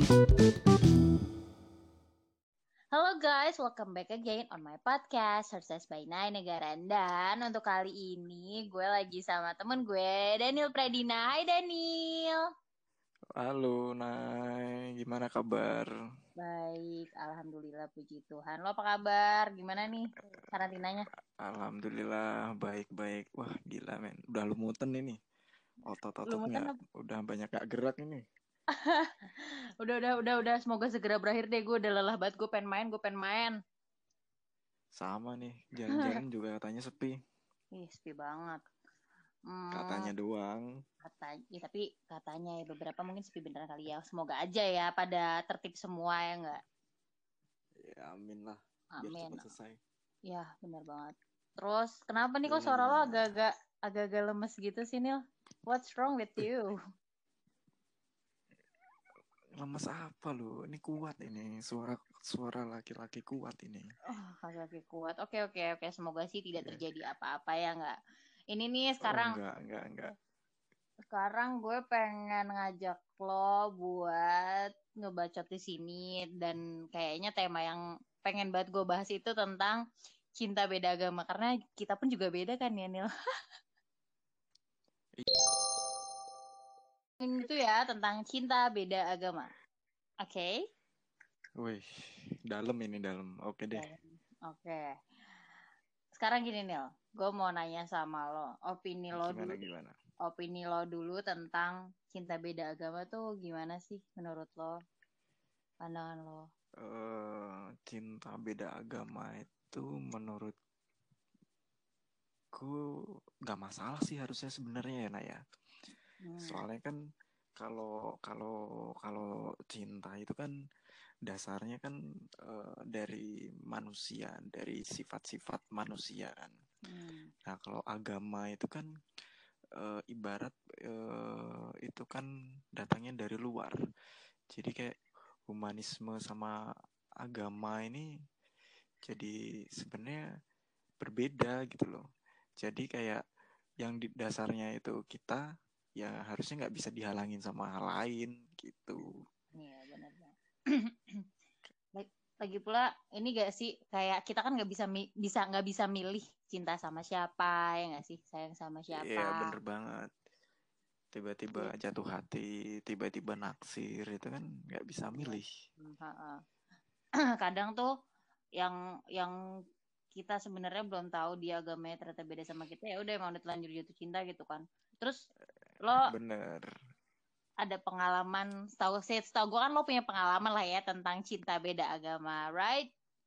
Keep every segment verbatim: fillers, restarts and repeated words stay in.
Halo guys, welcome back again on my podcast Success by Nine Negaran. Dan untuk kali ini gue lagi sama temen gue, Daniel Pradina. Hai Daniel. Halo Nay, gimana kabar? Baik, Alhamdulillah puji Tuhan. Lo apa kabar? Gimana nih karantinanya? Alhamdulillah baik-baik. Wah gila men, udah lumutan ini. Otot-otot Lumutan nggak, apa? udah banyak gak gerak ini. Udah, udah, udah, udah. Semoga segera berakhir deh. Gue udah lelah banget. Gue pengen main, gue pengen main. Sama nih, jalan-jalan juga katanya sepi. Ih, sepi banget. Hmm, Katanya doang. katanya, ya, tapi katanya ya beberapa mungkin sepi beneran kali ya. Semoga aja ya pada tertib semua ya nggak? Ya amin lah, biar Amin. cepat selesai. Ya, benar banget. Terus, kenapa nih kok Gimana suara lo gimana? agak-agak agak-agak lemes gitu sih, Nil? What's wrong with Eh, you? lemes apa lu? Ini kuat ini, suara suara laki-laki kuat ini. Oh, agak-agak kuat. Oke, oke, oke. Semoga sih tidak Ya. terjadi apa-apa ya, nggak? Ini nih, Oh sekarang enggak, enggak, enggak. sekarang gue pengen ngajak lo buat ngebacot di sini. Dan kayaknya tema yang pengen banget gue bahas itu tentang cinta beda agama. Karena kita pun juga beda kan ya, Nil? Itu ya, tentang cinta beda agama. Oke? Wih, dalam ini dalam. Oke deh. Dan, oke. Sekarang gini Nil, gue mau nanya sama lo, opini lo dulu Gimana deh. gimana? Opini lo dulu tentang cinta beda agama tuh gimana sih menurut lo, pandangan lo? eh cinta beda agama itu menurutku nggak masalah sih harusnya sebenarnya ya Naya. Hmm. Soalnya kan kalau kalau kalau cinta itu kan dasarnya kan eh, dari manusia, dari sifat-sifat manusia kan. Hmm. Nah kalau agama itu kan eh, ibarat eh, itu kan datangnya dari luar. Jadi kayak humanisme sama agama ini jadi sebenarnya berbeda gitu loh. Jadi kayak yang di dasarnya itu kita ya harusnya nggak bisa dihalangin sama hal lain gitu. Iya benar banget. Lagi lagi pula ini gak sih kayak kita kan nggak bisa mi- bisa nggak bisa milih cinta sama siapa ya nggak sih sayang sama siapa. Iya bener banget. Tiba-tiba Iya. jatuh hati, tiba-tiba naksir itu kan nggak bisa Iya. milih. Hmm, ha-ha. Kadang tuh yang yang kita sebenarnya belum tahu dia agamanya ternyata beda sama kita ya udah emang udah terlanjur jatuh cinta gitu kan. Terus lo Bener. ada pengalaman, setahu saya setahu gue kan lo punya pengalaman lah ya tentang cinta beda agama, right?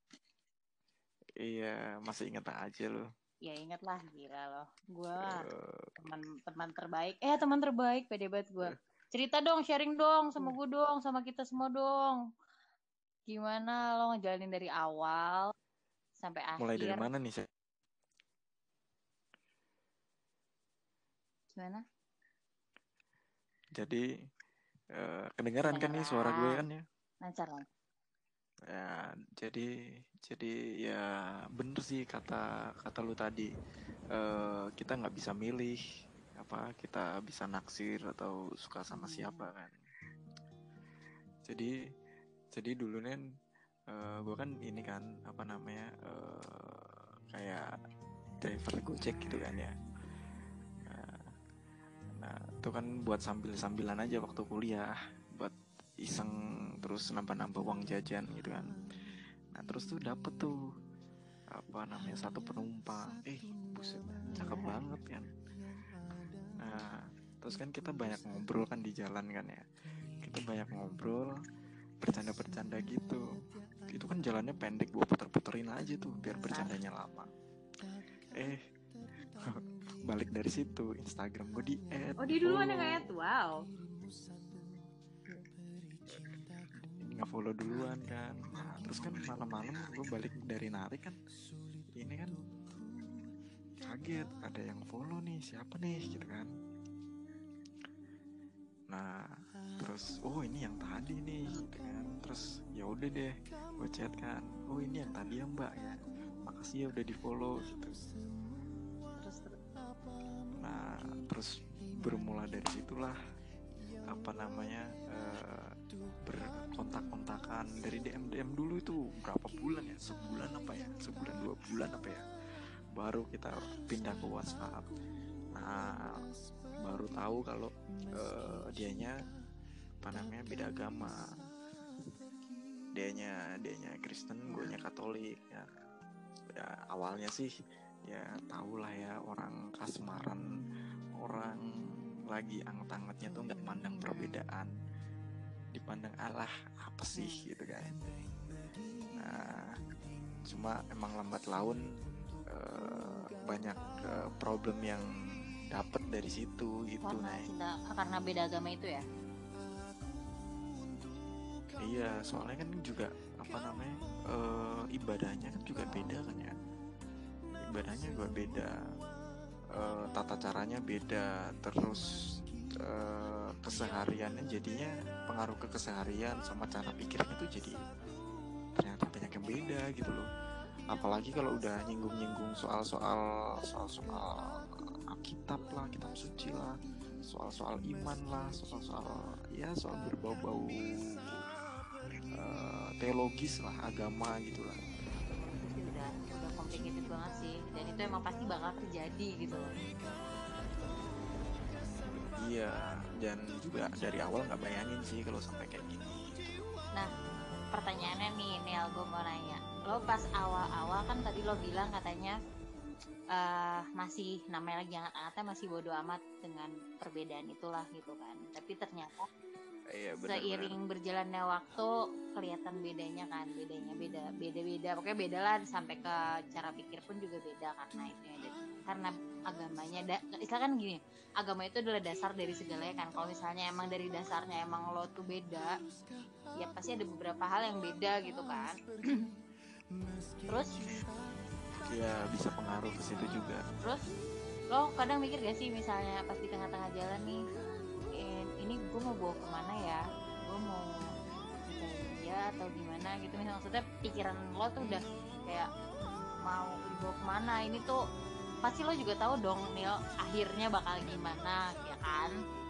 Iya masih inget aja loh. Ya inget lah, gila loh, gue Eh, teman teman terbaik, eh teman terbaik, pede banget gue. Cerita dong, sharing dong sama gue dong, sama kita semua dong. Gimana lo ngejalanin dari awal sampai mulai dari akhir? mana nih saya? Gimana? Jadi eh, kedengaran kan nih suara gue Kedengeran. kan ya? Lancar lancar. Ya, jadi jadi ya bener sih kata kata lu tadi. Eh, kita nggak bisa milih apa kita bisa naksir atau suka sama siapa Hmm. kan. Jadi jadi dulu nen eh, gue kan ini kan apa namanya eh, kayak driver Gojek gitu kan ya. Nah, nah itu kan buat sambil-sambilan aja waktu kuliah, buat iseng terus nambah-nambah uang jajan gitu kan. Nah terus tuh dapet tuh apa namanya satu penumpang, eh buset cakep banget kan. Nah terus kan kita banyak ngobrol kan di jalan kan ya, kita banyak ngobrol bercanda-bercanda gitu. Itu kan jalannya pendek, gue puter-puterin aja tuh biar Sar. bercandanya lama. Eh balik dari situ Instagram gue di add, Oh di dia duluan yang follow, kayak wow. nggak follow duluan kan. Nah terus kan malam-malam gue balik dari narik kan, ini kan kaget ada yang follow nih, siapa nih gitu kan. Nah terus oh ini yang tadi nih gitu kan. Terus ya udah deh gue chat kan, oh ini yang tadi ya mbak ya, makasih ya udah di follow gitu. Terus terus. Nah terus bermula dari situlah apa namanya uh, kenalan dari D M D M dulu itu berapa bulan ya, sebulan apa ya, sebulan dua bulan apa ya, baru kita pindah ke WhatsApp. Nah baru tahu kalau uh, dianya apa namanya beda agama, dianya dianya Kristen, gue nya Katolik ya. Ya awalnya sih ya tahulah ya, orang kasmaran, orang lagi anget-angetnya tuh nggak mandang perbedaan, dipandang Allah apa sih gitu kan. Nah cuma emang lambat laun uh, banyak uh, problem yang dapat dari situ gitu. Karena cinta karena beda agama itu ya. Iya soalnya kan juga apa namanya uh, ibadahnya kan juga beda kan ya, ibadahnya juga beda, uh, tata caranya beda, terus uh, kesehariannya jadinya pengaruh ke keseharian sama cara pikirnya tuh jadi ternyata banyak yang beda gitu loh. Apalagi kalau udah nyinggung-nyinggung soal-soal soal-soal Alkitab lah, kitab suci lah, soal-soal iman lah, soal-soal ya soal berbau-bau uh, teologis lah, agama gitulah. Itu sih udah udah complicated banget sih, dan itu emang pasti bakal terjadi gitu loh. Iya, dan juga dari awal nggak bayangin sih kalau sampai kayak gini. Nah, pertanyaannya nih, Niel, gue mau nanya, lo pas awal-awal kan tadi lo bilang katanya uh, masih namanya lagi hangat-hangatnya, masih bodo amat dengan perbedaan itulah gitu kan. Tapi ternyata iya, bener, seiring bener. berjalannya waktu kelihatan bedanya kan, bedanya beda, beda-beda. Pokoknya beda lah, sampai ke cara pikir pun juga beda karena itu ya, karena agamanya. Da- istilah kan gini, agama itu adalah dasar dari segalanya kan. Kalau misalnya emang dari dasarnya emang lo tuh beda, ya pasti ada beberapa hal yang beda gitu kan. Terus ya bisa pengaruh ke situ juga. Terus lo kadang mikir gak sih misalnya pas di tengah-tengah jalan nih, eh, ini gue mau bawa kemana ya, gue mau mencari dia atau gimana gitu. Misalnya maksudnya pikiran lo tuh udah kayak mau dibawa kemana. Ini tuh pasti lo juga tahu dong Nil, akhirnya bakal gimana ya kan.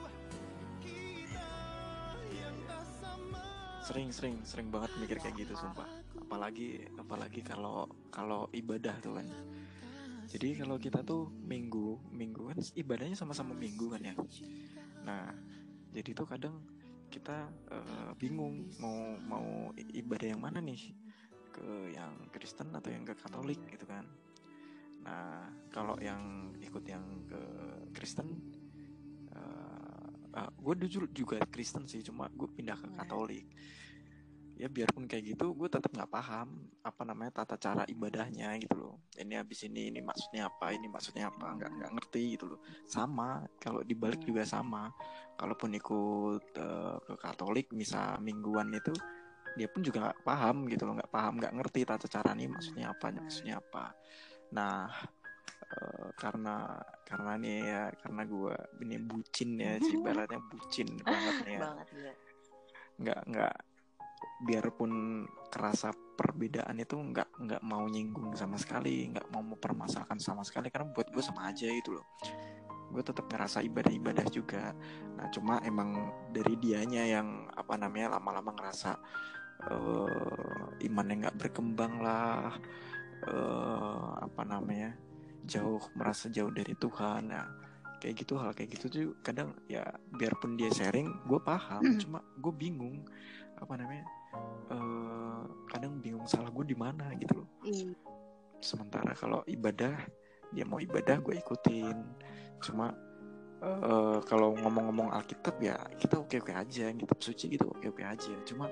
Sering sering sering banget mikir kayak gitu sumpah. Apalagi apalagi kalau kalau ibadah tuh kan. Jadi kalau kita tuh minggu minggu kan ibadahnya sama-sama minggu kan ya. Nah jadi tuh kadang kita uh, bingung mau mau ibadah yang mana nih, ke yang Kristen atau yang ke Katolik gitu kan. Nah kalau yang ikut yang ke Kristen, uh, uh, gue dulu juga Kristen sih, cuma gue pindah ke Katolik. Ya biarpun kayak gitu gue tetap nggak paham apa namanya tata cara ibadahnya gitu loh. Ini habis ini ini maksudnya apa, ini maksudnya apa, nggak nggak ngerti gitu loh. Sama kalau dibalik juga sama. Kalaupun ikut uh, ke Katolik misa mingguan itu, dia pun juga nggak paham gitu loh, nggak paham, nggak ngerti tata cara nih maksudnya apa, maksudnya apa. Nah uh, karena karena nih ya karena gue ini bucin ya, ibaratnya bucin banget nih ya. Nggak nggak biarpun kerasa perbedaan itu nggak nggak mau nyinggung sama sekali, nggak mau mempermasalahkan sama sekali, karena buat gue sama aja gitu loh. Gue tetap ngerasa ibadah-ibadah juga. Nah cuma emang dari dianya yang apa namanya lama-lama ngerasa uh, imannya nggak berkembang lah, uh, apa namanya jauh, merasa jauh dari Tuhan. Nah kayak gitu, hal kayak gitu tuh kadang ya biarpun dia sharing gue paham, cuma gue bingung apa namanya uh, kadang bingung salah gue di mana gitu loh. Mm. Sementara kalau ibadah dia mau ibadah gue ikutin, cuma uh, kalau ngomong-ngomong Alkitab ya kita oke-oke aja, kitab suci gitu oke-oke aja, cuma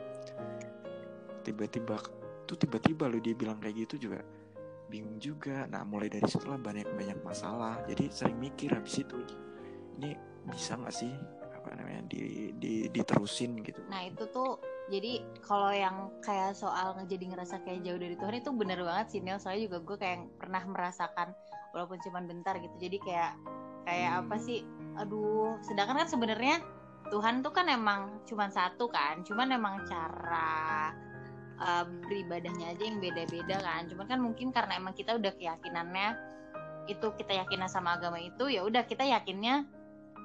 tiba-tiba tuh tiba-tiba lo dia bilang kayak gitu juga bingung juga. Nah mulai dari situlah banyak-banyak masalah, jadi sering mikir habis itu ini bisa nggak sih apa namanya di, di diterusin gitu. Nah itu tuh jadi kalau yang kayak soal jadi ngerasa kayak jauh dari Tuhan itu bener banget sih Nel. Soalnya juga gue kayak pernah merasakan walaupun cuma bentar gitu. Jadi kayak kayak hmm. apa sih? Aduh, sedangkan kan sebenarnya Tuhan tuh kan emang cuma satu kan. Cuman emang cara uh, beribadahnya aja yang beda-beda kan. Cuman kan mungkin karena emang kita udah keyakinannya itu, kita yakin sama agama itu, ya udah kita yakinnya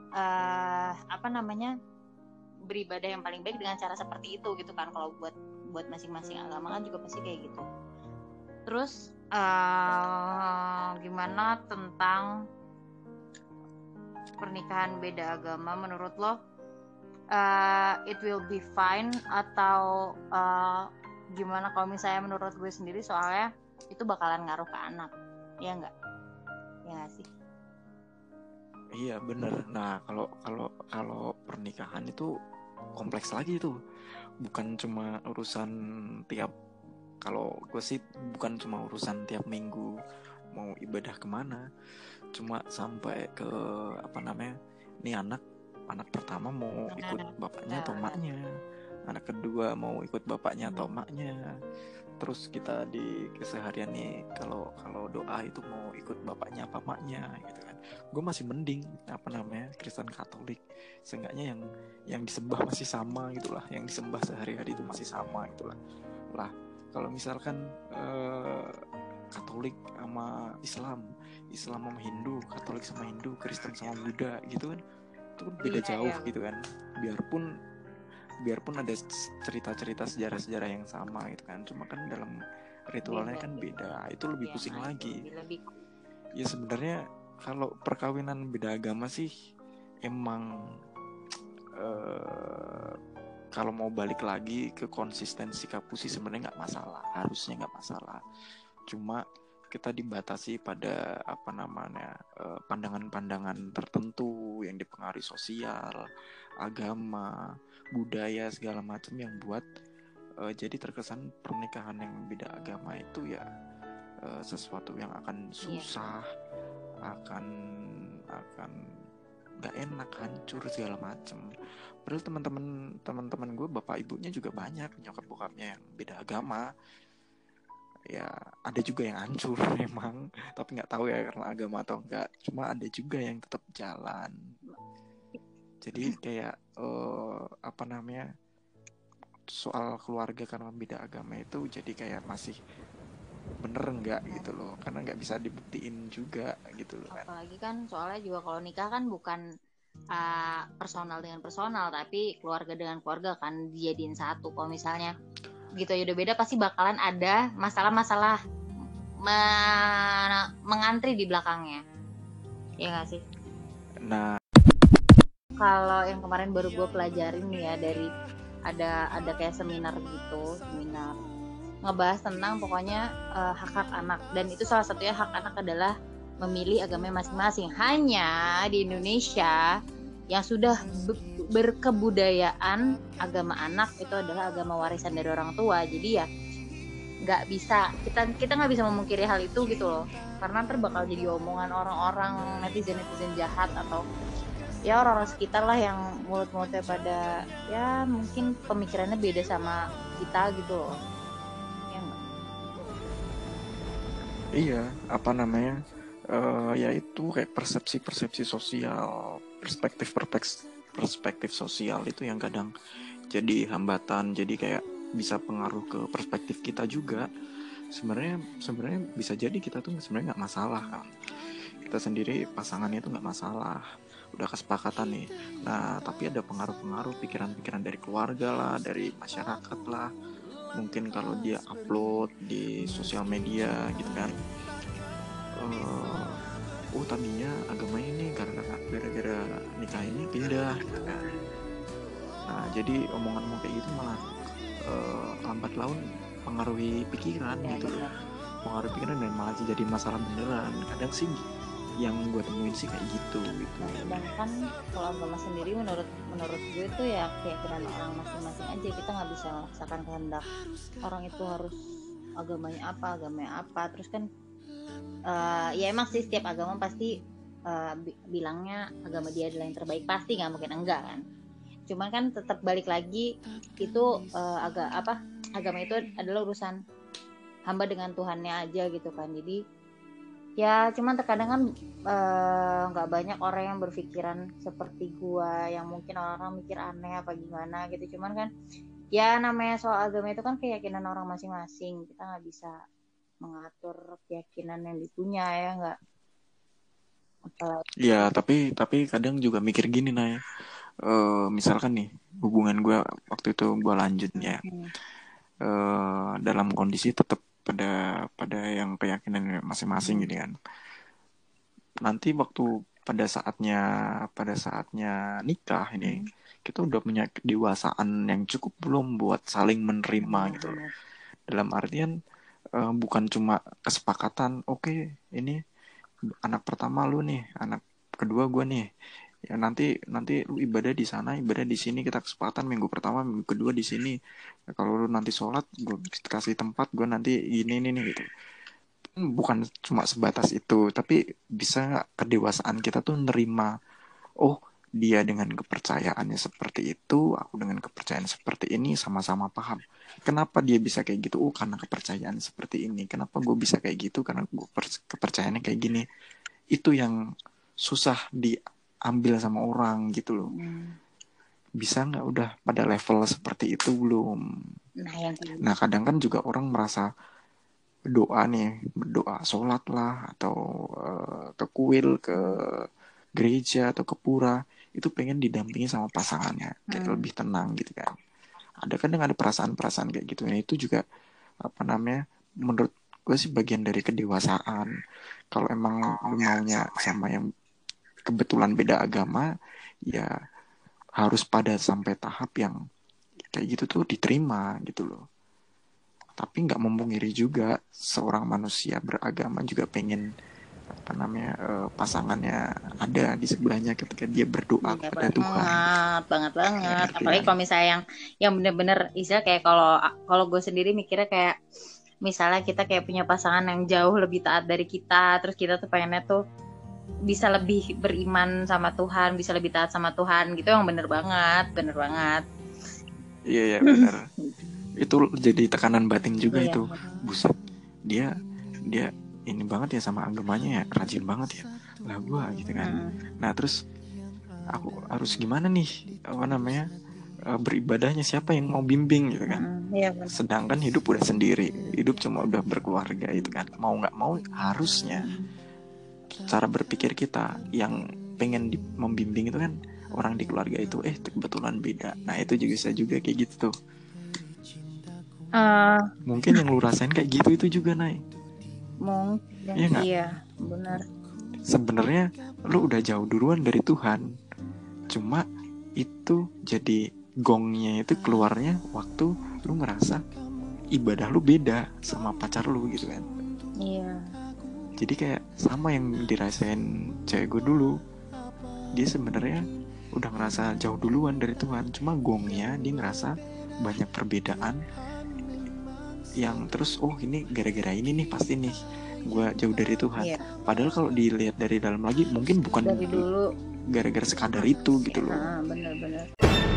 uh, apa namanya beribadah yang paling baik dengan cara seperti itu gitu kan. Kalau buat buat masing-masing agama kan juga pasti kayak gitu. Terus uh, gimana tentang pernikahan beda agama menurut lo? Uh, it will be fine atau uh, gimana kalau misalnya menurut gue sendiri soalnya itu bakalan ngaruh ke anak, ya nggak? Ya nggak sih? Iya bener. Nah kalau kalau kalau pernikahan itu kompleks lagi tuh, bukan cuma urusan tiap, kalau gue sih bukan cuma urusan tiap minggu mau ibadah kemana, cuma sampai ke apa namanya, ini anak anak pertama mau ikut bapaknya atau maknya, anak kedua mau ikut bapaknya atau maknya, terus kita di keseharian nih kalau kalau doa itu mau ikut bapaknya apa maknya gitu kan. Gue masih mending apa namanya Kristen Katolik, seenggaknya yang yang disembah masih sama gitulah, yang disembah sehari-hari itu masih sama gitulah. Lah kalau misalkan eh, Katolik sama Islam, Islam sama Hindu, Katolik sama Hindu, Kristen sama Buddha gitu kan, itu kan beda iya, jauh iya. gitu kan. Biarpun biarpun ada cerita-cerita sejarah-sejarah yang sama gitu kan, cuma kan dalam ritualnya beda, kan beda. Itu lebih ya, pusing lagi. Lebih... Ya sebenarnya kalau perkawinan beda agama sih emang eh, kalau mau balik lagi ke konsistensi kapu sih sebenarnya nggak masalah, harusnya nggak masalah. Cuma kita dibatasi pada apa namanya eh, pandangan-pandangan tertentu yang dipengaruhi sosial, agama, budaya segala macam yang buat uh, jadi terkesan pernikahan yang beda agama itu ya uh, sesuatu yang akan susah, yeah. akan akan nggak enak, hancur segala macam. Padahal teman-teman teman-teman gue bapak ibunya juga banyak nyokap bokapnya yang beda agama. Ya ada juga yang hancur memang, tapi nggak tahu ya karena agama atau enggak. Cuma ada juga yang tetap jalan. Jadi kayak uh, apa namanya soal keluarga karena beda agama itu jadi kayak masih bener enggak gitu loh, karena nggak bisa dibuktiin juga gitu loh kan. Apalagi kan soalnya juga kalau nikah kan bukan uh, personal dengan personal, tapi keluarga dengan keluarga kan dijadiin satu. Kalau misalnya gitu ya udah beda, pasti bakalan ada masalah-masalah me- mengantri di belakangnya, ya nggak sih? Nah kalau yang kemarin baru gue pelajarin nih ya, dari ada ada kayak seminar gitu, seminar ngebahas tentang pokoknya uh, hak-hak anak, dan itu salah satunya hak anak adalah memilih agama masing-masing. Hanya di Indonesia yang sudah be- berkebudayaan agama anak itu adalah agama warisan dari orang tua, jadi ya nggak bisa kita kita nggak bisa memungkiri hal itu gitu loh, karena ntar bakal jadi omongan orang-orang, netizen netizen jahat atau ya orang-orang sekitar lah yang mulut-mulutnya pada ya mungkin pemikirannya beda sama kita gitu loh. Ya enggak? Iya, apa namanya uh, ya itu kayak persepsi-persepsi sosial, perspektif perspektif sosial itu yang kadang jadi hambatan, jadi kayak bisa pengaruh ke perspektif kita juga. Sebenarnya sebenarnya bisa jadi kita tuh sebenarnya nggak masalah kan, kita sendiri pasangannya itu nggak masalah, udah kesepakatan nih. Nah tapi ada pengaruh-pengaruh pikiran-pikiran dari keluarga lah, dari masyarakat lah, mungkin kalau dia upload di sosial media gitu kan, uh, oh tadinya agama ini karena gara-gara nikah ini pindah gitu kan. Nah jadi omongan-omongan kayak gitu malah uh, lambat laun pengaruhi pikiran ya, gitu loh, pengaruhi pikiran dan malah jadi masalah beneran. Kadang sih yang gue temuin sih kayak gitu gitu. Nah, sedangkan kalau agama sendiri menurut menurut gue itu ya keyakinan orang masing-masing aja, kita nggak bisa memaksakan kehendak orang itu harus agamanya apa agamanya apa. Terus kan uh, ya emang sih setiap agama pasti uh, bi- bilangnya agama dia adalah yang terbaik, pasti nggak mungkin enggak kan. Cuman kan tetap balik lagi itu uh, agak apa agama itu adalah urusan hamba dengan Tuhannya aja gitu kan. Jadi ya cuman terkadang kan nggak uh, banyak orang yang berpikiran seperti gua, yang mungkin orang-orang mikir aneh apa gimana gitu. Cuman kan ya namanya soal agama itu kan keyakinan orang masing-masing, kita nggak bisa mengatur keyakinan yang dipunya, ya nggak. Ya tapi tapi kadang juga mikir gini Nay, uh, misalkan nih hubungan gua waktu itu gua lanjut ya, hmm. uh, dalam kondisi tetap pada pada yang keyakinan masing-masing Hmm. gitu kan. Nanti waktu pada saatnya pada saatnya nikah ini Hmm. kita udah punya kedewasaan yang cukup belum buat saling menerima Benar, gitu loh. benar. Dalam artian uh, bukan cuma kesepakatan, oke okay, ini anak pertama lu nih, anak kedua gue nih, ya nanti nanti lu ibadah di sana, ibadah di sini, kita kesepakatan minggu pertama minggu kedua di sini, ya, kalau lu nanti sholat gue kasih tempat, gue nanti gini nih gitu. Bukan cuma sebatas itu, tapi bisa nggak kedewasaan kita tuh nerima, oh dia dengan kepercayaannya seperti itu, aku dengan kepercayaan seperti ini, sama-sama paham. Kenapa dia bisa kayak gitu? Oh karena kepercayaan seperti ini. Kenapa gue bisa kayak gitu? Karena gue kepercayaannya kayak gini. Itu yang susah diambil sama orang gitu loh. Hmm. Bisa nggak udah pada level seperti itu belum? Nah yang Nah kadang kan juga orang merasa doa nih, berdoa sholat lah atau uh, ke kuil, ke gereja atau ke pura, itu pengen didampingi sama pasangannya kayak hmm. lebih tenang gitu kan. Ada kadang ada perasaan-perasaan kayak gitu. Nah itu juga apa namanya, menurut gue sih bagian dari kedewasaan. Kalau emang lu maunya sama yang kebetulan beda agama, ya harus pada sampai tahap yang kayak gitu tuh diterima gitu loh. Tapi nggak memungkiri juga seorang manusia beragama juga pengen apa namanya uh, pasangannya ada di sebelahnya ketika dia berdoa Iya kepada Tuhan. banget, banget Ya banget. ngerti Apalagi kan? kalau misalnya yang yang bener-bener istilah kayak kalau kalau gue sendiri mikirnya kayak misalnya kita kayak punya pasangan yang jauh lebih taat dari kita, terus kita tuh pengennya tuh bisa lebih beriman sama Tuhan, bisa lebih taat sama Tuhan gitu, yang bener banget, bener banget. Iya ya benar. Itu jadi tekanan batin juga Iya. itu. Buset, dia dia ini banget ya sama agamanya ya, rajin banget ya. Lah gua gitu kan. Hmm. Nah terus aku harus gimana nih apa namanya uh, beribadahnya, siapa yang mau bimbing gitu kan. Hmm. Iya benar. Sedangkan hidup udah sendiri, hidup cuma udah berkeluarga itu kan, mau nggak mau harusnya cara berpikir kita yang pengen di, membimbing itu kan orang di keluarga itu eh kebetulan beda. Nah itu juga bisa juga kayak gitu tuh. Uh, Mungkin yang lu rasain kayak gitu itu juga Nay. mungkin Iya nggak? iya benar. Sebenarnya lu udah jauh duluan dari Tuhan, cuma itu jadi gongnya itu keluarnya waktu lu ngerasa ibadah lu beda sama pacar lu gitu kan. Iya. Jadi kayak sama yang dirasain cewek gue dulu, dia sebenarnya udah ngerasa jauh duluan dari Tuhan, cuma gongnya dia ngerasa banyak perbedaan yang terus oh ini gara-gara ini nih pasti nih gue jauh dari Tuhan. Iya. Padahal kalau dilihat dari dalam lagi mungkin bukan dari dulu gara-gara sekadar itu gitu loh. Nah, bener-bener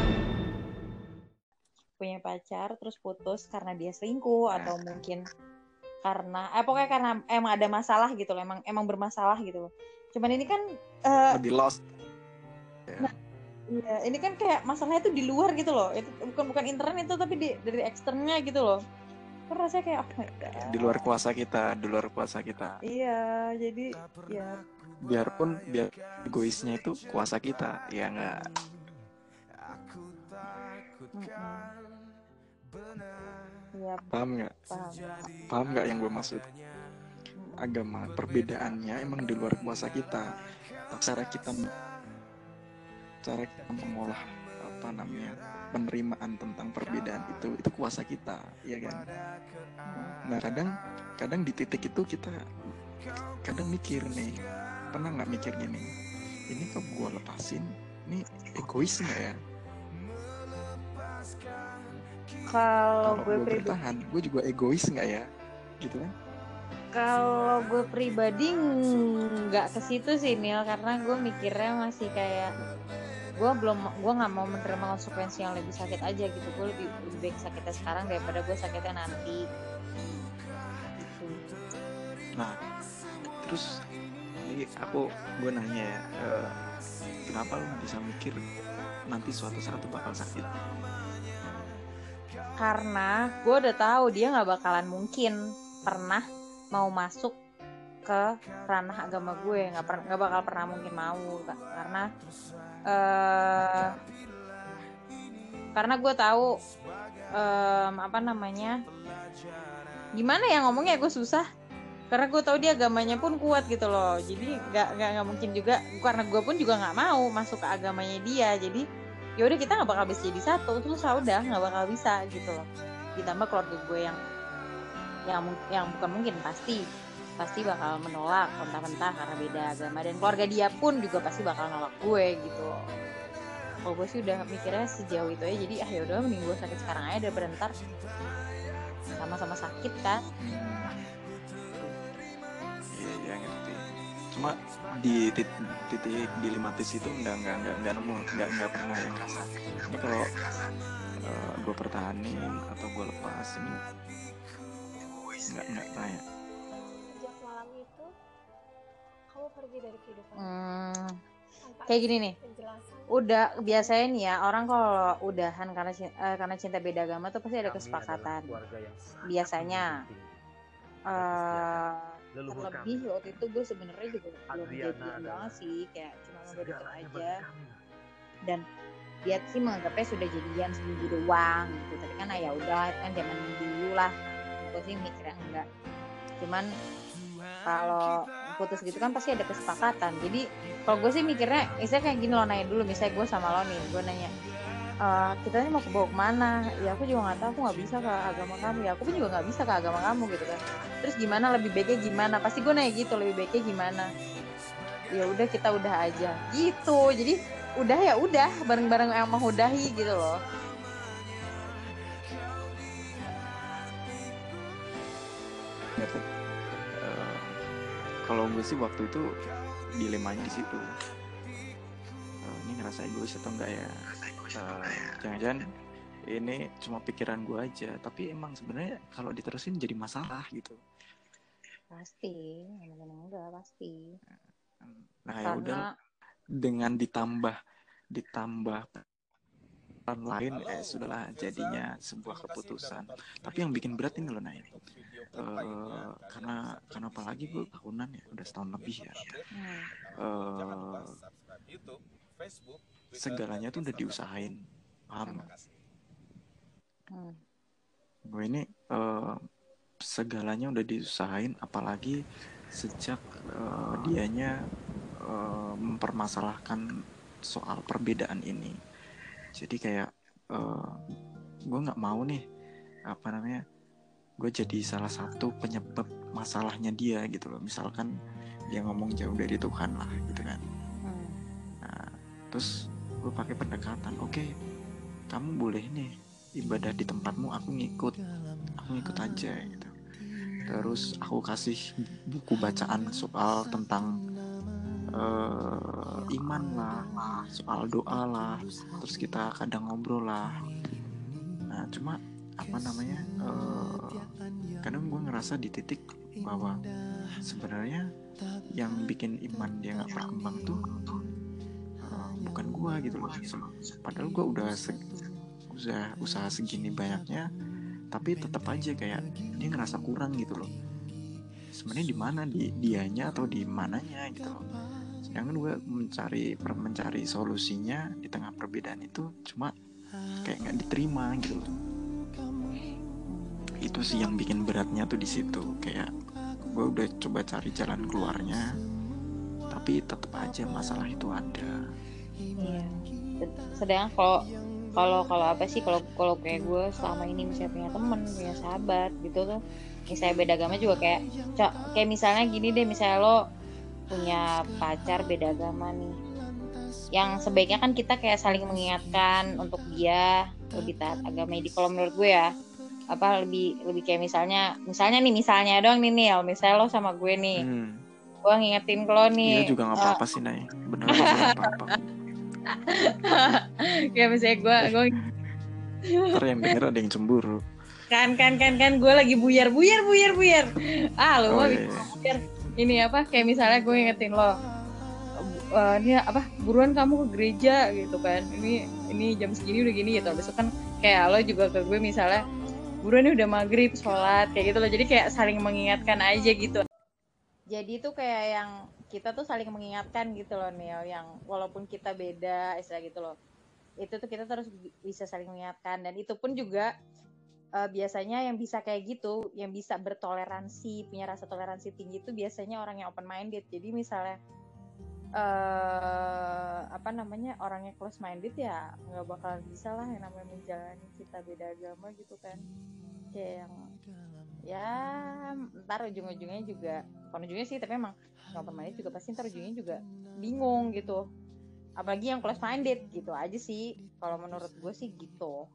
punya pacar terus putus karena dia selingkuh nah. Atau mungkin karena eh pokoknya karena emang ada masalah gitu loh, emang emang bermasalah gitu loh. Cuman ini kan uh, lebih lost. Nah, iya, ini kan kayak masalahnya tuh di luar gitu loh. Itu bukan bukan internal itu tapi di, dari eksternnya gitu loh. Kan rasanya kayak oh my God. Di luar kuasa kita, di luar kuasa kita. Iya, jadi ya biarpun biar egoisnya itu kuasa kita, ya enggak. Ya, paham nggak? Paham. Paham nggak yang gue maksud? Agama perbedaannya emang di luar kuasa kita. Cara kita cara kita mengolah apa namanya penerimaan tentang perbedaan itu itu kuasa kita, ya kan? Nah kadang kadang di titik itu kita kadang mikir nih, pernah nggak mikir gini, ini kok gue lepasin, ini egois nggak ya? Kalau gue, gue bertahan, gue juga egois nggak ya, gitu kan? Kalau gue pribadi nggak ke situ sih Nil, karena gue mikirnya masih kayak gue belum, gue nggak mau menerima konsekuensi yang lebih sakit aja gitu. Gue lebih lebih baik sakitnya sekarang daripada gue sakitnya nanti. Nah, terus ini aku gue nanya ya, uh, kenapa lo bisa mikir nanti suatu saat tuh bakal sakit? Karena gue udah tahu dia nggak bakalan mungkin pernah mau masuk ke ranah agama gue, nggak per- nggak bakal pernah mungkin mau, karena uh, karena gue tahu um, apa namanya, gimana ya ngomongnya, gue susah karena gue tahu dia agamanya pun kuat gitu loh, jadi nggak nggak nggak mungkin juga, karena gue pun juga nggak mau masuk ke agamanya dia, jadi ya udah kita nggak bakal bisa jadi satu, terus udah nggak bakal bisa gitu loh. Ditambah keluarga gue yang yang yang bukan mungkin, pasti pasti bakal menolak mentah-mentah karena beda agama, dan keluarga dia pun juga pasti bakal nolak gue gitu loh. Kalau gue sih udah mikirnya sejauh itu aja, jadi ah ya udah mending gue sakit sekarang aja daripada ntar sama-sama sakit kan. Iya iya ngerti. Cuma di titik, titik dilematis itu nggak nggak nggak nggak nemu nggak nggak pernah yang rasa ini kalau uh, gue pertahanin atau gue lepas ini nggak nggak kayak Sejak malam itu kamu pergi dari kehidupan hmm, tanpa kayak gini nih, penjelasan. udah biasanya nih ya orang kalau udahan karena uh, karena cinta beda agama tuh pasti ada kesepakatan biasanya. Uh, terlebih waktu itu gue sebenarnya juga belum jadian banget sih, kayak cuma mau deket aja, dan dia sih menganggapnya sudah jadian seminggu doang gitu, tapi kan ya udah kan zaman dulu lah, gue sih mikirnya enggak. Cuman kalau putus gitu kan pasti ada kesepakatan, jadi kalau gue sih mikirnya misalnya kayak gini, lo nanya dulu, misalnya gue sama lo nih, gue nanya Uh, kita ini mau ke bawa kemana, ya aku juga nggak tahu, aku nggak bisa ke agama kamu, ya aku pun juga nggak bisa ke agama kamu gitu kan, terus gimana lebih baiknya gimana, pasti gue nanya gitu, lebih baiknya gimana, ya udah kita udah aja gitu, jadi udah ya udah bareng-bareng yang mengudahi gitu loh. uh, kalau gue sih waktu itu dilemanya di situ, uh, ini ngerasa egois atau enggak ya. Uh, jangan-jangan ini cuma pikiran gue aja, tapi emang sebenarnya kalau diterusin jadi masalah gitu. Pasti, emang enggak pasti. Nah ya udah, dengan ditambah ditambah peran lain, eh sudahlah jadinya sebuah keputusan. Tapi yang bikin berat ini loh, nah ini uh, karena karena apalagi gue tahunan ya, udah setahun lebih ya. Hmm. Uh, segalanya tuh udah diusahain, paham? Hmm. Gue ini uh, segalanya udah diusahain, apalagi sejak uh, dianya uh, mempermasalahkan soal perbedaan ini. Jadi kayak uh, gue nggak mau nih, apa namanya, gue jadi salah satu penyebab masalahnya dia gitu loh. Misalkan dia ngomong jauh dari Tuhan lah gitu kan. Hmm. Nah, terus gue pakai pendekatan, oke, okay, kamu boleh nih ibadah di tempatmu, aku ngikut, aku ngikut aja gitu. Terus aku kasih buku bacaan soal tentang uh, iman lah, soal doa lah, terus kita kadang ngobrol lah. Nah cuma apa namanya, uh, kadang gue ngerasa di titik bahwa sebenarnya yang bikin iman dia nggak berkembang tuh bukan gue gitu loh. Padahal gue udah se- usaha, usaha segini banyaknya, tapi tetap aja kayak dia ngerasa kurang gitu loh. Sebenarnya di mana, di dianya atau di mananya gitu loh. Sedangkan gue mencari mencari solusinya di tengah perbedaan itu, cuma kayak nggak diterima gitu loh. Itu sih yang bikin beratnya tuh di situ. Kayak gue udah coba cari jalan keluarnya, tapi tetap aja masalah itu ada. Iya. Sedangkan kalau kalau kalau apa sih, kalau kalau kayak gue selama ini misalnya punya temen, punya sahabat gitu tuh, misalnya beda agama juga kayak kayak misalnya gini deh, misalnya lo punya pacar beda agama nih, yang sebaiknya kan kita kayak saling mengingatkan untuk dia lebih taat agama ini. Kalau menurut gue ya, apa lebih lebih kayak misalnya misalnya nih misalnya doang nih Nil, misalnya lo sama gue nih, hmm. gue ngingetin ke lo nih. Iya juga nggak apa-apa uh, sih Nay, beneran nggak apa-apa. Kayak misalnya gue gue ntar yang denger ada yang cemburu kan kan kan kan gue lagi buyar buyar buyar buyar ah lo oh, mah iya, iya. Ini apa kayak misalnya gue ngingetin lo, uh, ini apa buruan kamu ke gereja gitu kan, ini ini jam segini udah gini gitu. Besok kan kayak lo juga ke gue misalnya, buruan ini udah maghrib sholat kayak gitu loh. Jadi kayak saling mengingatkan aja gitu. Jadi itu kayak yang kita tuh saling mengingatkan gitu loh Nil, yang walaupun kita beda istilah gitu loh, itu tuh kita terus bisa saling mengingatkan, dan itu pun juga uh, biasanya yang bisa kayak gitu, yang bisa bertoleransi, punya rasa toleransi tinggi itu biasanya orang yang open minded. Jadi misalnya uh, apa namanya orang yang close minded ya nggak bakalan bisa lah yang namanya menjalani kita beda agama gitu kan, kayak yang ya ntar ujung-ujungnya juga bukan ujungnya sih, tapi emang yang open minded juga pasti ntar ujungnya juga bingung gitu, apalagi yang close minded gitu aja sih kalau menurut gue sih gitu.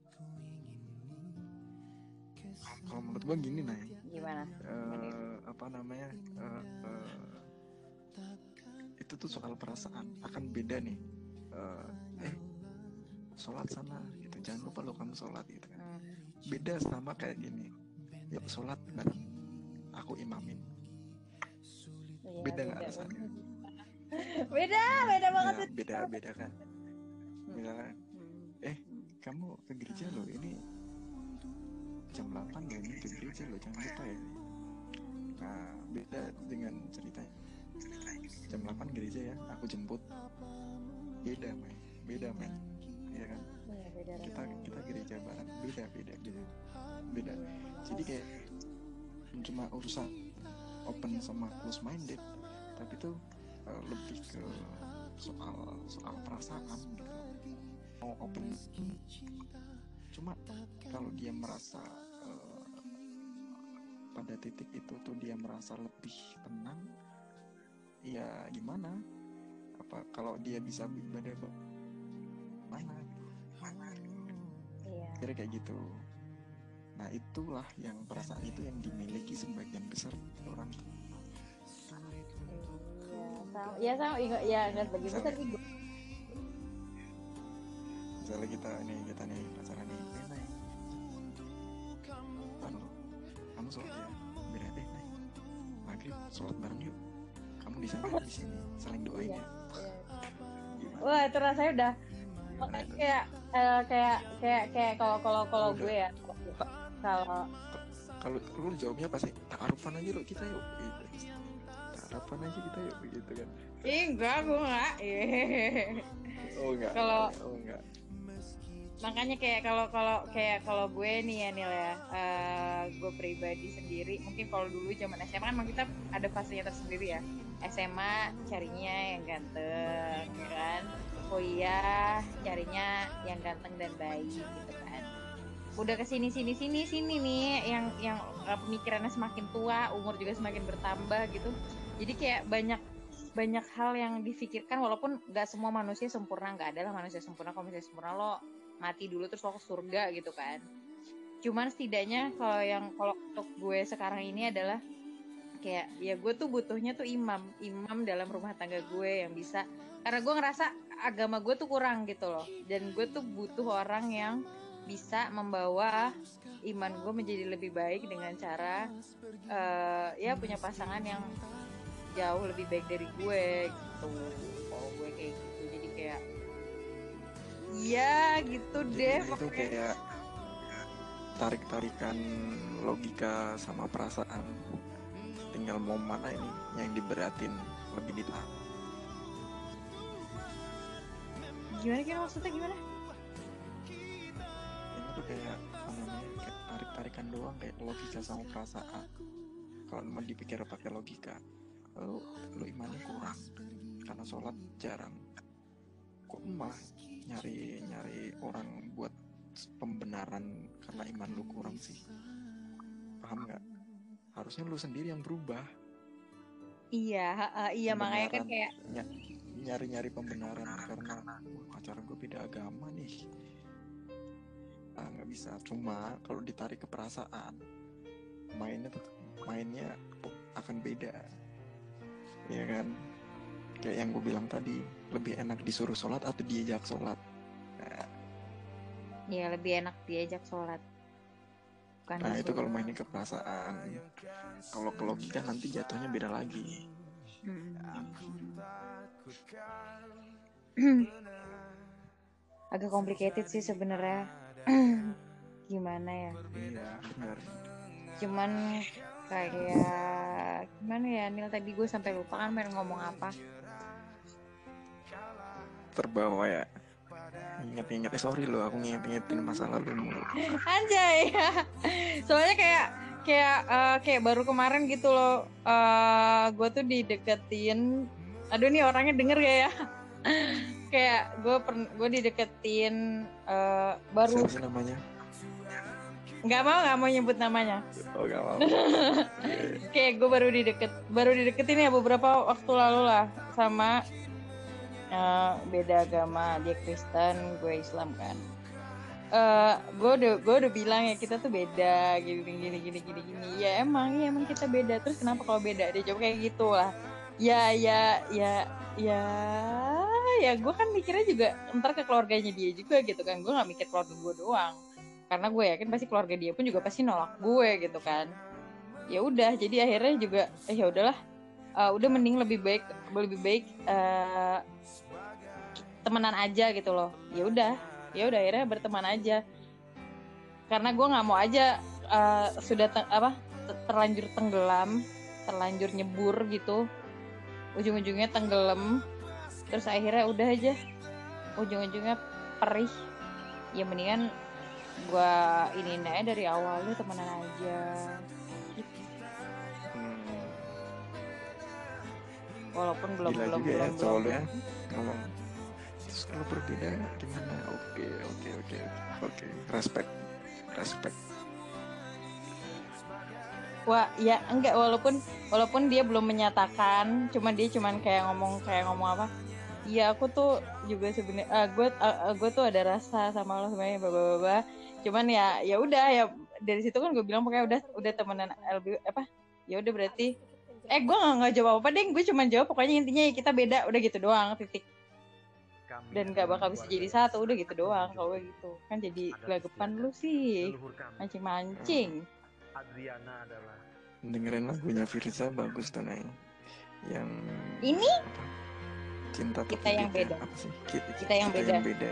Kalau menurut gue gini Nay, gimana uh, apa namanya uh, uh, itu tuh soal perasaan akan beda nih. uh, eh sholat sana gitu, jangan lupa lo kamu sholat gitu kan. hmm. Beda sama kayak gini, yuk sholat bareng aku imamin. Ya, beda nggak rasanya? Beda, beda banget. Ya, beda, beda kan. Misalnya, eh kamu ke gereja loh, ini jam delapan loh, ini ke gereja loh, jangan lupa ya. Nah, beda dengan ceritanya. jam delapan gereja ya, aku jemput. Beda, men. Beda, men. Iya kan? Ya, beda, kita kita gereja bareng, beda, beda, beda. Beda. Jadi kayak cuma urusan open sama close minded, tapi tuh uh, lebih ke soal soal perasaan gitu. Mau open, cuma kalau dia merasa uh, pada titik itu tuh dia merasa lebih tenang, ya gimana? Apa kalau dia bisa beribadah mana? Mana? Iya. Kira kayak gitu. Nah itulah yang perasaan itu yang dimiliki sebagian besar orang. Ya sama, ya nggak sebagian besar sih. Misalnya kita nih, kita nih pacaran nih, eh Nay, lalu kamu sholat ya, beda deh Nay, maghrib sholat bareng yuk, kamu di sana di sini saling doain ya. Gimana? Wah itu rasanya udah kayak uh, kayak kayak kayak kalau kalau kalau gue ya kalau kalau lu jawabnya pasti ta'arufan aja yuk kita yuk gitu. Ta'arufan aja kita yuk begitu kan. Ih enggak, gue enggak. Oh enggak. Kalau oh enggak. Makanya kayak kalau kalau kayak kalau gue nih ya Nil ya, uh, gue pribadi sendiri mungkin kalau dulu zaman S M A kan memang kita ada fasenya tersendiri ya. S M A carinya yang ganteng, ya kan? Kuliah carinya yang ganteng dan baik gitu kan. Udah kesini sini sini sini nih yang yang uh, pemikirannya semakin tua, umur juga semakin bertambah gitu. Jadi kayak banyak banyak hal yang difikirkan, walaupun nggak semua manusia sempurna, nggak ada lah manusia sempurna. Kalau misalnya sempurna lo mati dulu terus lo ke surga gitu kan. Cuman setidaknya kalau yang kalau untuk gue sekarang ini adalah kayak ya gue tuh butuhnya tuh imam imam dalam rumah tangga gue yang bisa, karena gue ngerasa agama gue tuh kurang gitu loh, dan gue tuh butuh orang yang bisa membawa iman gue menjadi lebih baik dengan cara uh, ya punya pasangan yang jauh lebih baik dari gue gitu. Kalau gue kayak gitu jadi kayak iya gitu deh. Jadi itu kayak tarik-tarikan logika sama perasaan, tinggal mau mana ini yang diberatin lebih ditahan. Gimana kira maksudnya gimana? Ini tuh kayak apa namanya, kayak tarik-tarikan doang, kayak logika sama perasaan. Kalau mau dipikir pakai logika, lu lu imannya kurang karena sholat jarang, kok malah nyari nyari orang buat pembenaran karena iman lu kurang sih. Paham nggak? Harusnya lu sendiri yang berubah. Iya, uh, iya makanya kan kayak ny- nyari-nyari pembenaran karena pacaran gue beda agama nih. Ah, nggak bisa. Cuma kalau ditarik ke perasaan, mainnya tuh mainnya akan beda. Ya kan? Kayak yang gue bilang tadi, lebih enak disuruh sholat atau diajak sholat. Nah, ya lebih enak diajak sholat. Bukan nah disuruh. itu kalau mainnya ke perasaan. Kalau ke logika nanti jatuhnya beda lagi. Hmm. Agak complicated sih sebenarnya. Gimana ya? Iya benar. Cuman kayak gimana ya Nil, tadi gue sampai lupa kan main ngomong apa. Terbawa ya. Ingat-ingat, eh sorry loh, aku nginget-ingetin masa lalu mulu. Anjay. Soalnya kayak kayak uh, kayak baru kemarin gitu loh, uh, gue tuh dideketin. Aduh nih orangnya denger gak ya? Kayak gue per- gue dideketin uh, baru. Siapa sih namanya? Nggak mau nggak mau nyebut namanya. Oh nggak mau. Yeah. Kayak gue baru dideket baru dideketin ya beberapa waktu lalu lah sama uh, beda agama, dia Kristen, gue Islam kan. Uh, gue udah gue udah bilang ya kita tuh beda gini gini gini gini gini. Ya emang ya emang kita beda. Terus kenapa kalau beda? Dia jawab kayak gitu lah. Ya ya ya ya ya gue kan mikirnya juga ntar ke keluarganya dia juga gitu kan. Gue nggak mikir keluarga gue doang. Karena gue yakin pasti keluarga dia pun juga pasti nolak gue gitu kan. Ya udah, jadi akhirnya juga eh ya udahlah, uh, udah mending lebih baik lebih baik uh, temenan aja gitu loh. Ya udah, ya udah akhirnya berteman aja. Karena gue nggak mau aja uh, sudah te- apa terlanjur tenggelam, terlanjur nyebur gitu, ujung-ujungnya tenggelam, terus akhirnya udah aja, ujung-ujungnya perih. Ya mendingan gue ini aja dari awal lu temenan aja gitu. Hmm. Walaupun belum Gila belum juga belum ya belum soalnya ngomong terus kalau berbeda gimana? Oke oke oke oke respect respect. Wah ya enggak, walaupun walaupun dia belum menyatakan, cuma dia cuman kayak ngomong kayak ngomong apa? Iya aku tuh juga sebenarnya uh, gue uh, gue tuh ada rasa sama lo sebenarnya baba-baba. Cuman ya ya udah ya dari situ kan gue bilang pokoknya udah udah temenan L B apa? Ya udah berarti eh gue nggak nggak jawab apa deh, gue cuma jawab pokoknya intinya ya kita beda, udah gitu doang titik. Dan nggak bakal bisa jadi satu, udah gitu doang. Kalau gitu kan jadi gelagapan lu sih mancing-mancing. Adriana adalah Dengerin lagunya Firza bagus tuh Nay. Yang Ini apa? Cinta kita yang Beda. beda. Apa sih? Kita, kita yang kita beda. Yang beda.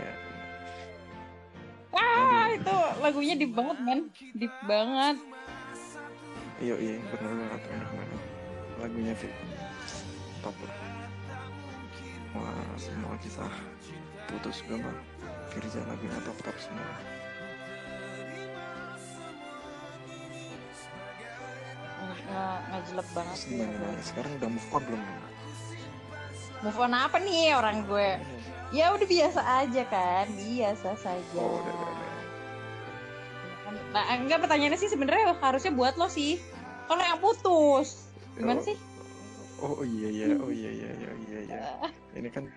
Ah, itu lagunya deep banget men, deep banget. Iya iya benar banget, enak banget. Lagunya Fit top lah. Wah semua kisah putus gue mah Firza lagunya top top semua. Nggak ngejelek banget sih. Gimana, sekarang udah move on belum? Move on apa nih orang gue? Ya udah biasa aja kan, biasa saja. Oh udah udah udah. Nah, enggak, pertanyaannya sih sebenarnya harusnya buat lo sih. Kalau yang putus, gimana oh. sih? Oh iya iya, oh iya iya iya iya iya. Ini kan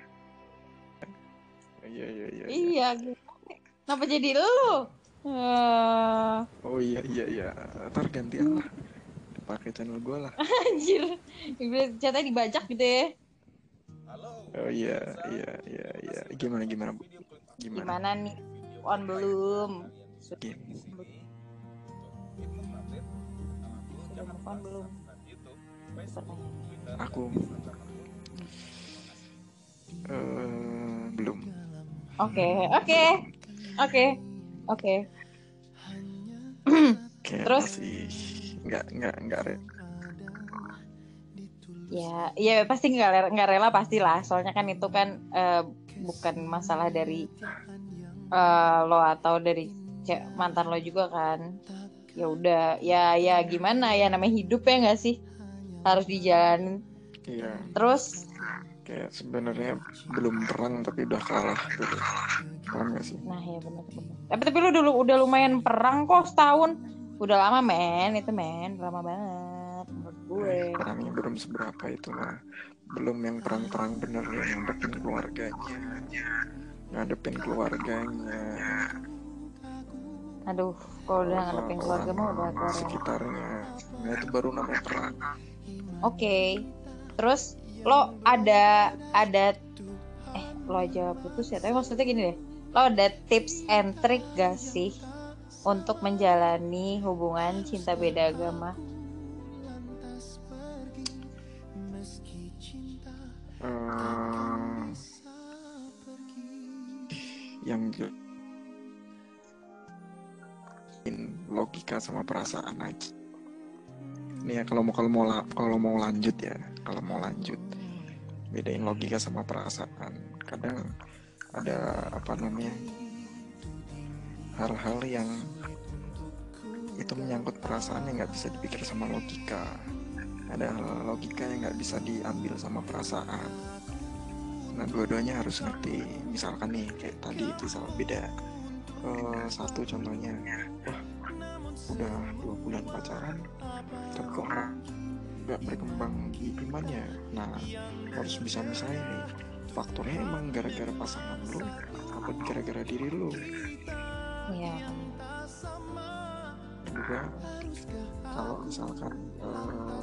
iya iya iya. Iya. Kenapa jadi lo? Uh... Oh iya iya iya. Ntar gantian lah. Pakai channel gue lah. Anjir. Ceritanya dibajak gitu ya. Oh iya iya iya iya. Gimana gimana Bu? Gimana? Gimana nih? On belum? Game. Sudah move on belum? Aku uh, belum. Oke, oke, oke, oke. Terus? Masih nggak nggak nggak re. Ya, ya pasti nggak rela, nggak rela pastilah. Soalnya kan itu kan uh, bukan masalah dari uh, lo atau dari cek, mantan lo juga kan. Ya udah, ya ya gimana ya, namanya hidup ya nggak sih, harus dijalanin. Iya. Terus kayak sebenarnya belum perang tapi udah kalah gitu. Paham gak sih? Nah ya benar-benar. Tapi tapi lu dulu udah lumayan perang kok setahun. Udah lama men, itu men, lama banget menurut gue. Eh, perangnya belum seberapa itu mah. Belum yang perang-perang bener yang ngadepin keluarganya. Ngadepin keluarganya. Aduh, kalau udah ngadepin keluarga mah udah kelar. Sekitarnya. Nah itu baru namanya perang. Oke. Okay. Terus lo ada ada eh lo aja putus ya, tapi maksudnya gini deh. Lo ada tips and trick gak sih untuk menjalani hubungan cinta beda agama? Uh, yang logika sama perasaan aja. Nih ya kalau mau kalau mau kalau mau lanjut ya, kalau mau lanjut bedain logika sama perasaan. Kadang ada apa namanya hal-hal yang itu menyangkut perasaan yang nggak bisa dipikir sama logika. Ada hal logika yang nggak bisa diambil sama perasaan. Nah, dua-duanya harus ngerti. Misalkan nih kayak tadi itu salah beda. Uh, satu contohnya, wah udah dua bulan pacaran, tapi kok nggak berkembang di imannya. Nah, harus bisa misahin nih. Faktornya emang gara-gara pasangan lu, apa gara-gara diri lu? Iya. Juga kalau misalkan uh,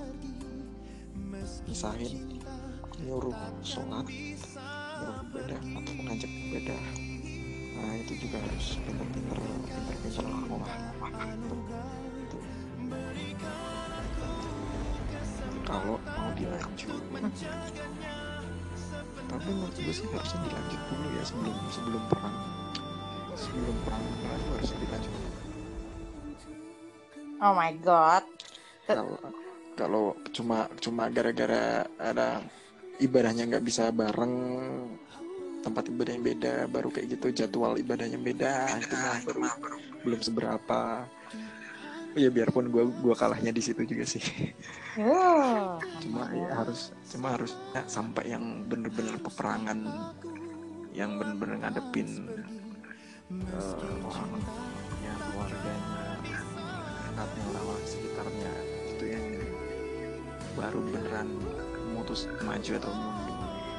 misahin nyuruh sholat, nyuruh ibadah atau mengajak ibadah, nah itu juga harus pintar-pintar pintar-pintar ngolah itu. Kalau mau dilanjut, tapi menurut gue sih harusnya dilanjut dulu ya sebelum sebelum perang sebelum perang mulai harus dilanjut. Oh my god. Kalau kalau cuma cuma gara-gara ada ibadahnya nggak bisa bareng, tempat ibadah yang beda, baru kayak gitu jadwal ibadahnya beda, itu mah baru belum seberapa. Ya biarpun gue gue kalahnya di situ juga sih. Oh. Cuma ya harus cuma harus ya, sampai yang bener-bener peperangan, yang bener-bener ngadepin uh, orang ya keluarganya, dekatnya, orang sekitarnya, itu yang baru beneran memutus maju atau mundur.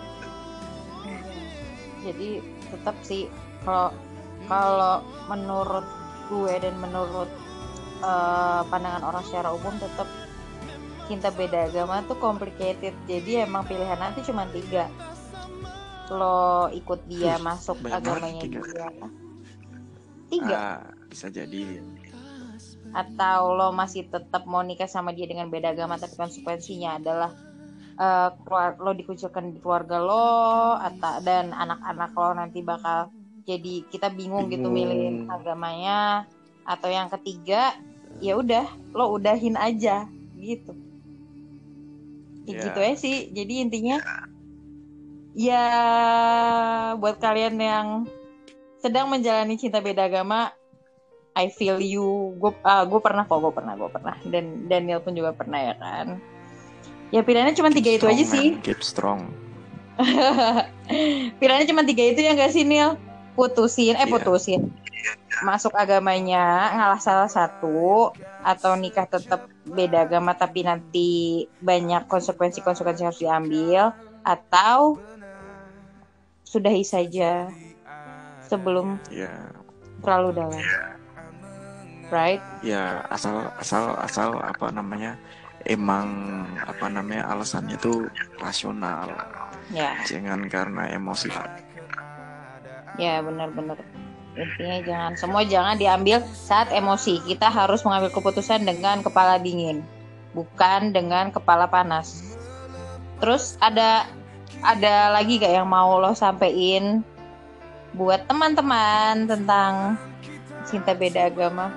Jadi tetap sih kalau kalau menurut gue dan menurut uh, pandangan orang secara umum tetap cinta beda agama tuh complicated. Jadi emang pilihan nanti cuma tiga. Lo ikut dia uh, masuk agamanya dia. Tiga. Ah, bisa jadi. Atau lo masih tetap mau nikah sama dia dengan beda agama tapi konsekuensinya adalah uh, lo dikucilkan di keluarga lo atau dan anak-anak lo nanti bakal jadi kita bingung, bingung. gitu milih agamanya. Atau yang ketiga ya udah lo udahin aja gitu. Ya, yeah. Gitu ya sih. Jadi intinya ya buat kalian yang sedang menjalani cinta beda agama, I feel you. Gue uh, gue pernah kok, gue pernah, gue pernah. Dan Daniel pun juga pernah ya kan. Ya pilihannya cuma tiga itu aja man. Sih. Keep strong. Pilihannya cuma tiga itu ya nggak sih Nil? Putusin, eh yeah. putusin. Masuk agamanya ngalah salah satu, atau nikah tetap beda agama tapi nanti banyak konsekuensi-konsekuensi harus diambil, atau sudahi saja sebelum yeah. terlalu dalam. Yeah. Right? Ya asal asal asal apa namanya emang apa namanya alasannya tuh rasional. Ya. Jangan karena emosi. Ya benar-benar. Intinya jangan semua jangan diambil saat emosi. Kita harus mengambil keputusan dengan kepala dingin, bukan dengan kepala panas. Terus ada ada lagi gak yang mau lo sampein buat teman-teman tentang cinta beda agama?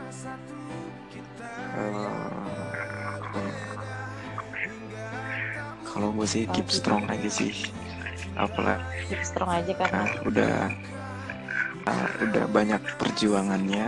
Uh, kalau gue sih keep strong aja sih, apalah keep strong aja karena nah, udah uh, udah banyak perjuangannya.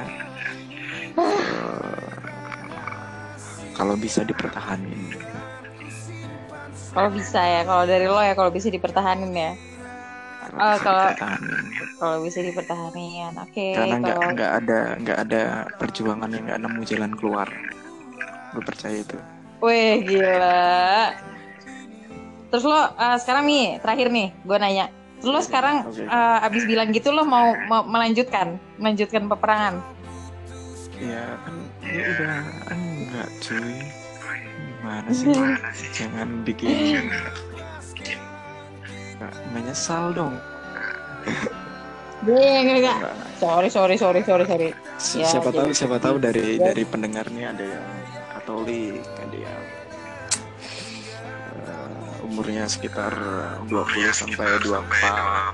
uh, kalau bisa dipertahanin. Kalau bisa ya, kalau dari lo ya kalau bisa dipertahanin ya. Kalau oh, kalau kalau bisa dipertahankan, oke. Okay, karena nggak kalau... nggak ada nggak ada perjuangan yang nggak nemu jalan keluar. Gue percaya itu. Wih gila. Terus lo uh, sekarang nih terakhir nih, gue nanya. Terus lo sekarang okay. uh, abis bilang gitu lo mau, mau melanjutkan, melanjutkan peperangan? Ya kan, ya udah enggak cuy. Gimana sih? Jangan bikin. Nggak menyesal dong. Iya enggak enggak. Sorry sorry sorry sorry sorry. Si, ya, siapa tahu siapa tahu dari ya. dari pendengarnya ada yang Katolik, ada yang uh, umurnya sekitar dua puluh sampai dua puluh empat.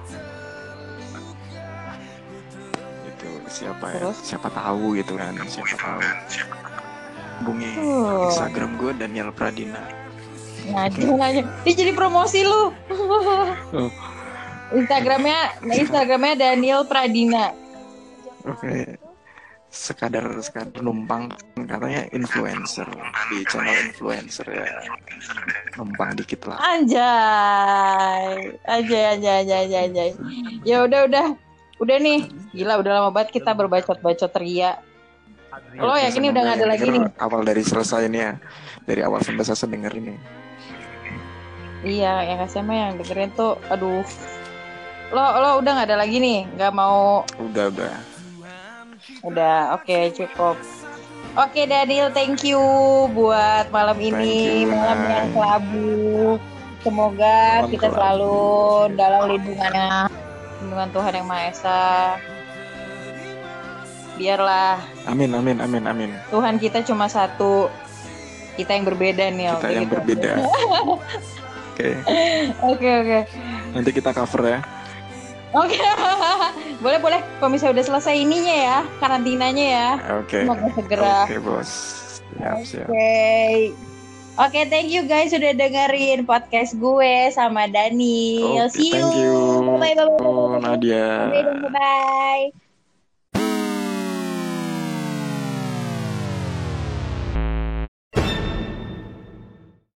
Itu siapa ya? Terus? Siapa tahu gitu kan, siapa tahu. Hubungi oh. Instagram gue Daniel Pradina. Nah, jangan aja. Dia jadi promosi lu. Oh. Instagramnya, Instagramnya Daniel Pradina. Oke. Sekadar sekadar numpang, katanya influencer di channel influencer ya, numpang dikit lah. Anjay, anjay, anjay, anjay, anjay, anjay. Ya udah, udah, udah nih. Gila, udah lama banget kita berbacot-bacot ria. Lo yakin ini udah nggak ada lagi nih? Awal dari selesai ini ya, dari awal sampai selesai denger ini. Iya, yang kasih mah yang dengerin tuh, aduh. Lo, lo udah nggak ada lagi nih? Nggak mau? Udah, udah. Udah, oke, okay, cukup. Oke, okay, Daniel, thank you buat malam ini, you, malam Nay. yang kelabu. Semoga Malam kita kelabu. selalu dalam lindungannya, lindungan Tuhan Yang Maha Esa. Biarlah. Amin, amin, amin, amin. Tuhan kita cuma satu, kita yang berbeda nih. Kita yang gitu. berbeda. Oke. Oke, oke. Nanti kita cover ya. Oke, boleh boleh. Kalau misalnya udah selesai ininya ya, karantinanya ya. Oke. Semoga segera. Oke, bos. Siap, siap. Oke, oke, thank you guys sudah dengerin podcast gue sama Dani. Oke, See you. thank you. Bye bye bye. Oh, Nadia. Bye bye.